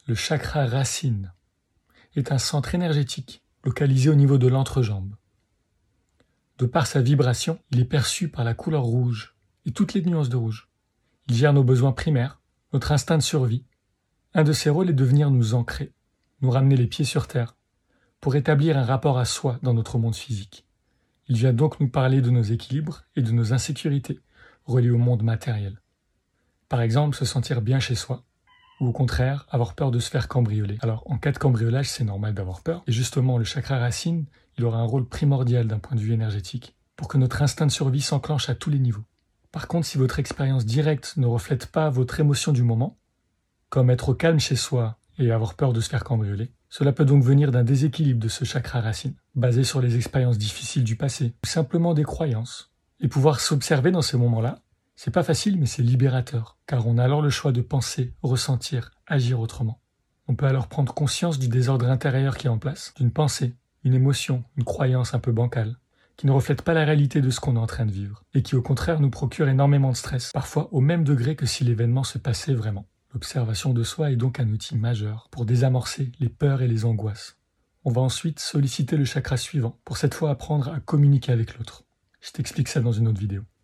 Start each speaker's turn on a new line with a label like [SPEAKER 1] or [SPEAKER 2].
[SPEAKER 1] Le chakra racine est un centre énergétique localisé au niveau de l'entrejambe. De par sa vibration, il est perçu par la couleur rouge et toutes les nuances de rouge. Il gère nos besoins primaires, notre instinct de survie. Un de ses rôles est de venir nous ancrer, nous ramener les pieds sur terre, pour établir un rapport à soi dans notre monde physique. Il vient donc nous parler de nos équilibres et de nos insécurités reliées au monde matériel. Par exemple, se sentir bien chez soi, ou au contraire, avoir peur de se faire cambrioler. Alors, en cas de cambriolage, c'est normal d'avoir peur. Et justement, le chakra racine, il aura un rôle primordial d'un point de vue énergétique pour que notre instinct de survie s'enclenche à tous les niveaux. Par contre, si votre expérience directe ne reflète pas votre émotion du moment, comme être au calme chez soi et avoir peur de se faire cambrioler, cela peut donc venir d'un déséquilibre de ce chakra racine, basé sur les expériences difficiles du passé, ou simplement des croyances. Et pouvoir s'observer dans ces moments-là, c'est pas facile, mais c'est libérateur, car on a alors le choix de penser, ressentir, agir autrement. On peut alors prendre conscience du désordre intérieur qui est en place, d'une pensée, une émotion, une croyance un peu bancale, qui ne reflète pas la réalité de ce qu'on est en train de vivre, et qui au contraire nous procure énormément de stress, parfois au même degré que si l'événement se passait vraiment. L'observation de soi est donc un outil majeur pour désamorcer les peurs et les angoisses. On va ensuite solliciter le chakra suivant, pour cette fois apprendre à communiquer avec l'autre. Je t'explique ça dans une autre vidéo.